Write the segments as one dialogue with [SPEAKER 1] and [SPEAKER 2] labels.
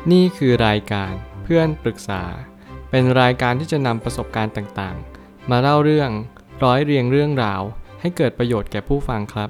[SPEAKER 1] นี่คือรายการเพื่อนปรึกษาเป็นรายการที่จะนำประสบการณ์ต่างๆมาเล่าเรื่องร้อยเรียงเรื่องราวให้เกิดประโยชน์แก่ผู้ฟังครับ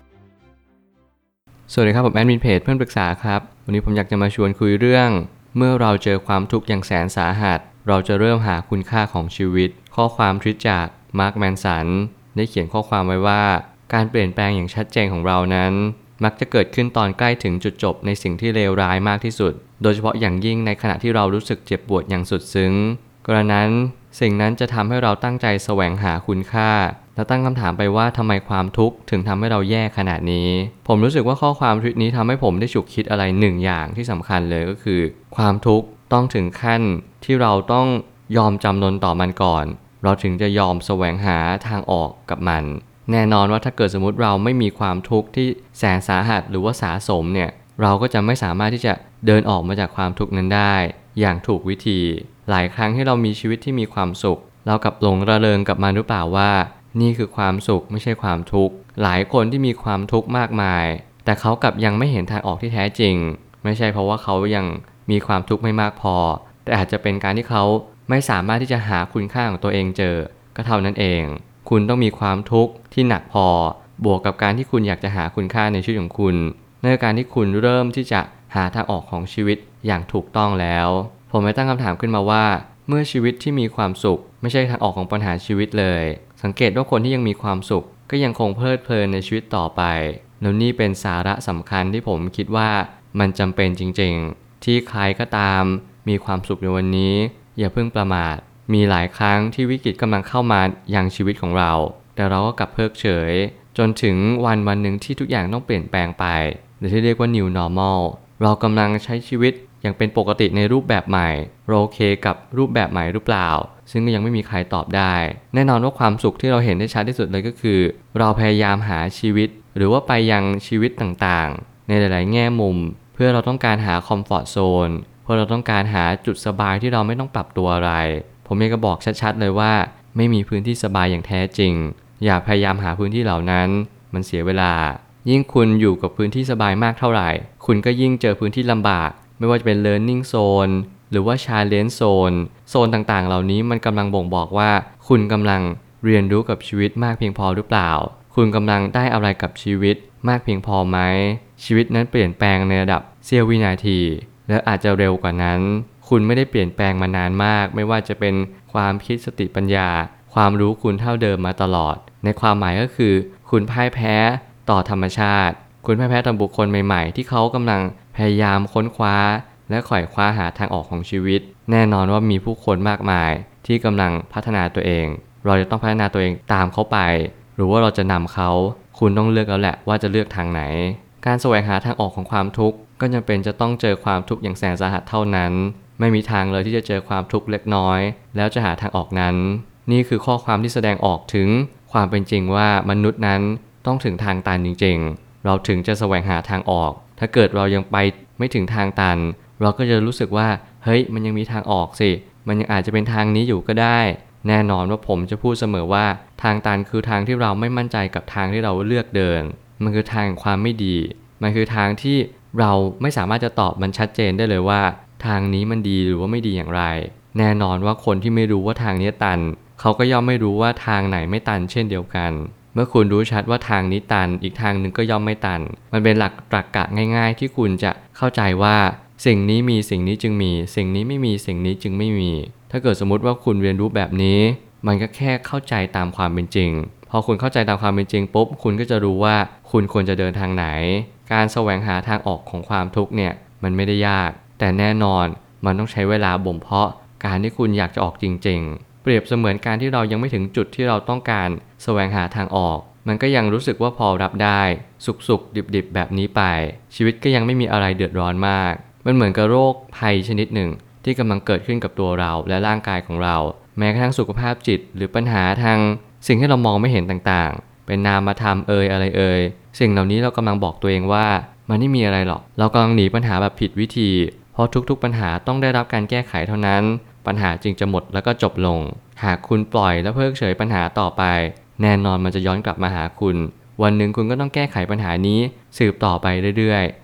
[SPEAKER 1] สวัสดีครับผมแอดมินเพจเพื่อนปรึกษาครับวันนี้ผมอยากจะมาชวนคุยเรื่องเมื่อเราเจอความทุกข์อย่างแสนสาหัสเราจะเริ่มหาคุณค่าของชีวิตข้อความทวิตจากมาร์คแมนสันได้เขียนข้อความไว้ว่าการเปลี่ยนแปลงอย่างชัดเจนของเรานั้นมักจะเกิดขึ้นตอนใกล้ถึงจุดจบในสิ่งที่เลวร้ายมากที่สุดโดยเฉพาะอย่างยิ่งในขณะที่เรารู้สึกเจ็บปวดอย่างสุดซึ้งกระนั้นสิ่งนั้นจะทำให้เราตั้งใจแสวงหาคุณค่าและตั้งคำถามไปว่าทำไมความทุกข์ถึงทำให้เราแย่ขนาดนี้ผมรู้สึกว่าข้อความทวิตนี้ทำให้ผมได้ฉุกคิดอะไรหนึ่งอย่างที่สำคัญเลยก็คือความทุกข์ต้องถึงขั้นที่เราต้องยอมจำนนต่อมันก่อนเราถึงจะยอมแสวงหาทางออกกับมันแน่นอนว่าถ้าเกิดสมมติเราไม่มีความทุกข์ที่แสนสาหัสหรือว่าสาสมเนี่ยเราก็จะไม่สามารถที่จะเดินออกมาจากความทุกข์นั้นได้อย่างถูกวิธีหลายครั้งที่เรามีชีวิตที่มีความสุขเรากลับหลงระเริงกับมันหรือเปล่าว่านี่คือความสุขไม่ใช่ความทุกข์หลายคนที่มีความทุกข์มากมายแต่เขากลับยังไม่เห็นทางออกที่แท้จริงไม่ใช่เพราะว่าเขายังมีความทุกข์ไม่มากพอแต่อาจจะเป็นการที่เขาไม่สามารถที่จะหาคุณค่าของตัวเองเจอก็เท่านั้นเองคุณต้องมีความทุกข์ที่หนักพอบวกกับการที่คุณอยากจะหาคุณค่าในชีวิตของคุณในการที่คุณเริ่มที่จะหาทางออกของชีวิตอย่างถูกต้องแล้วผมเลยตั้งคำถามขึ้นมาว่าเมื่อชีวิตที่มีความสุขไม่ใช่ทางออกของปัญหาชีวิตเลยสังเกตว่าคนที่ยังมีความสุขก็ยังคงเพลิดเพลินในชีวิตต่อไปแล้วนี่เป็นสาระสำคัญที่ผมคิดว่ามันจำเป็นจริงๆที่ใครก็ตามมีความสุขในวันนี้อย่าเพิ่งประมาทมีหลายครั้งที่วิกฤตกำลังเข้ามายังชีวิตของเราแต่เราก็กลับเพิกเฉยจนถึงวันหนึ่งที่ทุกอย่างต้องเปลี่ยนแปลงไปหรือที่เรียกว่า New Normal เรากำลังใช้ชีวิตอย่างเป็นปกติในรูปแบบใหม่เราโอเคกับรูปแบบใหม่หรือเปล่าซึ่งก็ยังไม่มีใครตอบได้แน่นอนว่าความสุขที่เราเห็นได้ชัดที่สุดเลยก็คือเราพยายามหาชีวิตหรือว่าไปยังชีวิตต่างๆในหลายๆแง่มุมเพื่อเราต้องการหาคอมฟอร์ตโซนเพื่อเราต้องการหาจุดสบายที่เราไม่ต้องปรับตัวอะไรผมอยากจะบอกชัดๆเลยว่าไม่มีพื้นที่สบายอย่างแท้จริงอย่าพยายามหาพื้นที่เหล่านั้นมันเสียเวลายิ่งคุณอยู่กับพื้นที่สบายมากเท่าไหร่คุณก็ยิ่งเจอพื้นที่ลำบากไม่ว่าจะเป็น learning zone หรือว่า challenge zone โซนต่างๆเหล่านี้มันกำลังบ่งบอกว่าคุณกำลังเรียนรู้กับชีวิตมากเพียงพอหรือเปล่าคุณกำลังได้อะไรกับชีวิตมากเพียงพอไหมชีวิตนั้นเปลี่ยนแปลงในระดับเสี้ยววินาทีและอาจจะเร็วกว่านั้นคุณไม่ได้เปลี่ยนแปลงมานานมากไม่ว่าจะเป็นความคิดสติปัญญาความรู้คุณเท่าเดิมมาตลอดในความหมายก็คือคุณพ่ายแพ้ต่อธรรมชาติคุณพ่ายแพ้ต่อบุคคลใหม่ๆที่เขากำลังพยายามค้นคว้าและไขว่คว้าหาทางออกของชีวิตแน่นอนว่ามีผู้คนมากมายที่กำลังพัฒนาตัวเองเราจะต้องพัฒนาตัวเองตามเขาไปหรือว่าเราจะนำเขาคุณต้องเลือกแล้วแหละว่าจะเลือกทางไหนการแสวงหาทางออกของความทุกข์ก็จำเป็นจะต้องเจอความทุกข์อย่างแสนสาหัสเท่านั้นไม่มีทางเลยที่จะเจอความทุกข์เล็กน้อยแล้วจะหาทางออกนั้นนี่คือข้อความที่แสดงออกถึงความเป็นจริงว่ามนุษย์นั้นต้องถึงทางตันจริงๆเราถึงจะแสวงหาทางออกถ้าเกิดเรายังไปไม่ถึงทางตันเราก็จะรู้สึกว่าเฮ้ยมันยังมีทางออกสิมันยังอาจจะเป็นทางนี้อยู่ก็ได้แน่นอนว่าผมจะพูดเสมอว่าทางตันคือทางที่เราไม่มั่นใจกับทางที่เราเลือกเดินมันคือทางแห่งความไม่ดีมันคือทางที่เราไม่สามารถจะตอบมันชัดเจนได้เลยว่าทางนี้มันดีหรือว่าไม่ดีอย่างไรแน่นอนว่าคนที่ไม่รู้ว่าทางนี้ตันเขาก็ย่อมไม่รู้ว่าทางไหนไม่ตันเช่นเดียวกันเมื่อคุณรู้ชัดว่าทางนี้ตันอีกทางหนึ่งก็ย่อมไม่ตันมันเป็นหลักตรรกะง่ายๆที่คุณจะเข้าใจว่าสิ่งนี้มีสิ่งนี้จึงมีสิ่งนี้ไม่มีสิ่งนี้จึงไม่มีถ้าเกิดสมมุติว่าคุณเรียนรู้แบบนี้มันก็แค่เข้าใจตามความเป็นจริงพอคุณเข้าใจตามความเป็นจริงปุ๊บคุณก็จะรู้ว่าคุณควรจะเดินทางไหนการแสวงหาทางออกของความทุกข์เนี่ยมันไม่ได้ยากแต่แน่นอนมันต้องใช้เวลาบ่มเพาะการที่คุณอยากจะออกจริงๆเปรียบเสมือนการที่เรายังไม่ถึงจุดที่เราต้องการแสวงหาทางออกมันก็ยังรู้สึกว่าพอรับได้สุกๆดิบๆแบบนี้ไปชีวิตก็ยังไม่มีอะไรเดือดร้อนมากมันเหมือนกับโรคภัยชนิดหนึ่งที่กำลังเกิดขึ้นกับตัวเราและร่างกายของเราแม้กระทั่งสุขภาพจิตหรือปัญหาทางสิ่งที่เรามองไม่เห็นต่างๆเป็นนามธรรมอะไรสิ่งเหล่านี้เรากำลังบอกตัวเองว่ามันไม่มีอะไรหรอกเรากำลังหนีปัญหาแบบผิดวิธีเพราะทุกๆปัญหาต้องได้รับการแก้ไขเท่านั้นปัญหาจึงจะหมดแล้วก็จบลงหากคุณปล่อยและเพิกเฉยปัญหาต่อไปแน่นอนมันจะย้อนกลับมาหาคุณวันหนึ่งคุณก็ต้องแก้ไขปัญหานี้สืบต่อไปเรื่อย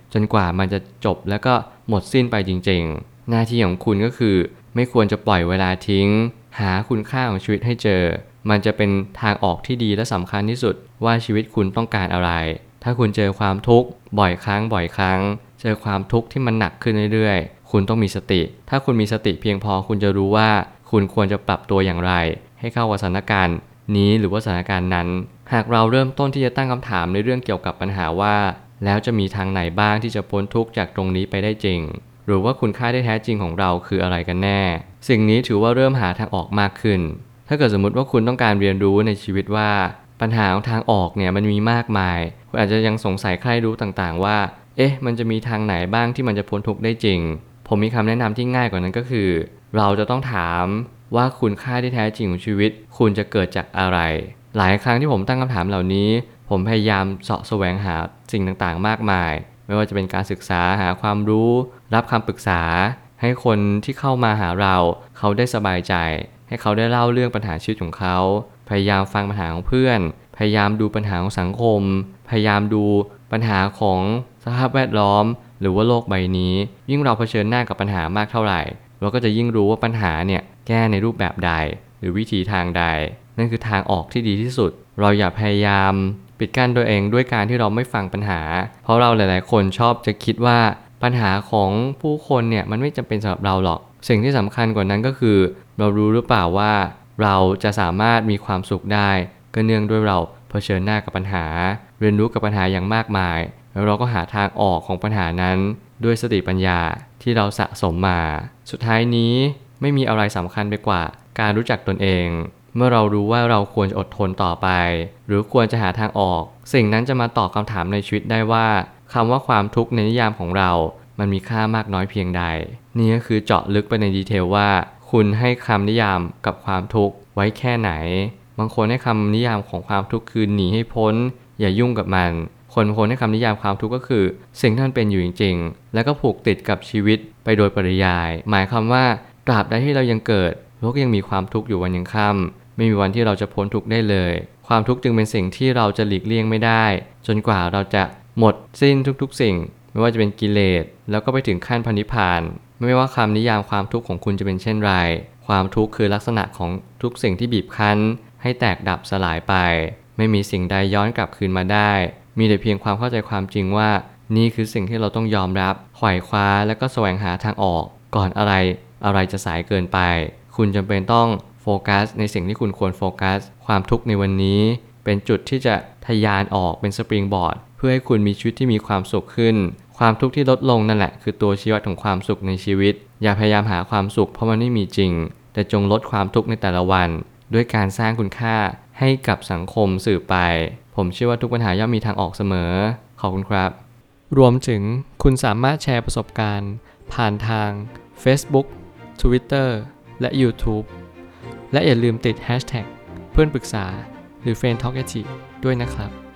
[SPEAKER 1] จนกว่ามันจะจบแล้วก็หมดสิ้นไปจริงๆหน้าที่ของคุณก็คือไม่ควรจะปล่อยเวลาทิ้งหาคุณค่าของชีวิตให้เจอมันจะเป็นทางออกที่ดีและสำคัญที่สุดว่าชีวิตคุณต้องการอะไรถ้าคุณเจอความทุกข์บ่อยครั้งเจอความทุกข์ที่มันหนักขึ้นเรื่อยๆคุณต้องมีสติถ้าคุณมีสติเพียงพอคุณจะรู้ว่าคุณควรจะปรับตัวอย่างไรให้เข้ากับสถานการณ์นี้หรือว่าสถานการณ์นั้นหากเราเริ่มต้นที่จะตั้งคำถามในเรื่องเกี่ยวกับปัญหาว่าแล้วจะมีทางไหนบ้างที่จะพ้นทุกข์จากตรงนี้ไปได้จริงหรือว่าคุณค่าที่แท้จริงของเราคืออะไรกันแน่สิ่งนี้ถือว่าเริ่มหาทางออกมากขึ้นถ้าเกิดสมมติว่าคุณต้องการเรียนรู้ในชีวิตว่าปัญหาของทางออกเนี่ยมันมีมากมายคุณอาจจะยังสงสัยใครรู้ต่างๆว่ามันจะมีทางไหนบ้างที่มันจะพ้นทุกข์ได้จริงผมมีคำแนะนำที่ง่ายกว่านั้นก็คือเราจะต้องถามว่าคุณค่าที่แท้จริงของชีวิตคุณจะเกิดจากอะไรหลายครั้งที่ผมตั้งคำถามเหล่านี้ผมพยายามเสาะแสวงหาสิ่งต่างๆมากมายไม่ว่าจะเป็นการศึกษาหาความรู้รับคำปรึกษาให้คนที่เข้ามาหาเราเขาได้สบายใจให้เขาได้เล่าเรื่องปัญหาชีวิตของเขาพยายามฟังปัญหาของเพื่อนพยายามดูปัญหาของสังคมพยายามดูปัญหาของสภาพแวดล้อมหรือว่าโลกใบนี้ยิ่งเราเผชิญหน้ากับปัญหามากเท่าไหร่เราก็จะยิ่งรู้ว่าปัญหาเนี่ยแก้ในรูปแบบใดหรือวิธีทางใดนั่นคือทางออกที่ดีที่สุดเราอย่าพยายามปิดกั้นตัวเองด้วยการที่เราไม่ฟังปัญหาเพราะเราหลายๆคนชอบจะคิดว่าปัญหาของผู้คนเนี่ยมันไม่จำเป็นสำหรับเราหรอกสิ่งที่สำคัญกว่านั้นก็คือเรารู้หรือเปล่าว่าเราจะสามารถมีความสุขได้ก็เนื่องด้วยเราเผชิญหน้ากับปัญหาเรียนรู้กับปัญหาอย่างมากมายแล้วเราก็หาทางออกของปัญหานั้นด้วยสติปัญญาที่เราสะสมมาสุดท้ายนี้ไม่มีอะไรสำคัญไปกว่าการรู้จักตนเองเมื่อเรารู้ว่าเราควรจะอดทนต่อไปหรือควรจะหาทางออกสิ่งนั้นจะมาตอบคำถามในชีวิตได้ว่าคำว่าความทุกข์ในนิยามของเรามันมีค่ามากน้อยเพียงใดนี่ก็คือเจาะลึกไปในดีเทลว่าคุณให้คำนิยามกับความทุกข์ไว้แค่ไหนบางคนให้คำนิยามของความทุกข์คือหนีให้พ้นอย่ายุ่งกับมันคนบางคนให้คำนิยามความทุกข์ก็คือสิ่งที่มันเป็นอยู่จริงๆแล้วก็ผูกติดกับชีวิตไปโดยปริยายหมายความว่าตราบใดที่เรายังเกิดโลกยังมีความทุกข์อยู่วันยังค่ำไม่มีวันที่เราจะพ้นทุกข์ได้เลยความทุกข์จึงเป็นสิ่งที่เราจะหลีกเลี่ยงไม่ได้จนกว่าเราจะหมดสิ้นทุกๆสิ่งไม่ว่าจะเป็นกิเลสแล้วก็ไปถึงขั้นพระนิพพานไม่ว่าคำนิยามความทุกข์ของคุณจะเป็นเช่นไรความทุกข์คือลักษณะของทุกสิ่งที่บีบคั้นให้แตกดับสลายไปไม่มีสิ่งใดย้อนกลับคืนมาได้มีแต่เพียงความเข้าใจความจริงว่านี่คือสิ่งที่เราต้องยอมรับไขว่คว้าและก็แสวงหาทางออกก่อนอะไรจะสายเกินไปคุณจำเป็นต้องโฟกัสในสิ่งที่คุณควรโฟกัสความทุกข์ในวันนี้เป็นจุดที่จะทะยานออกเป็นสปริงบอร์ดเพื่อให้คุณมีชีวิตที่มีความสุขขึ้นความทุกข์ที่ลดลงนั่นแหละคือตัวชี้วัดของความสุขในชีวิตอย่าพยายามหาความสุขเพราะมันไม่มีจริงแต่จงลดความทุกข์ในแต่ละวันด้วยการสร้างคุณค่าให้กับสังคมสื่อไปผมเชื่อว่าทุกปัญหาย่อมมีทางออกเสมอขอบคุณครับรวมถึงคุณสามารถแชร์ประสบการณ์ผ่านทาง Facebook Twitter และ YouTube และอย่าลืมติด hashtag เพื่อนปรึกษาหรือ Friend Talk ด้วยนะครับ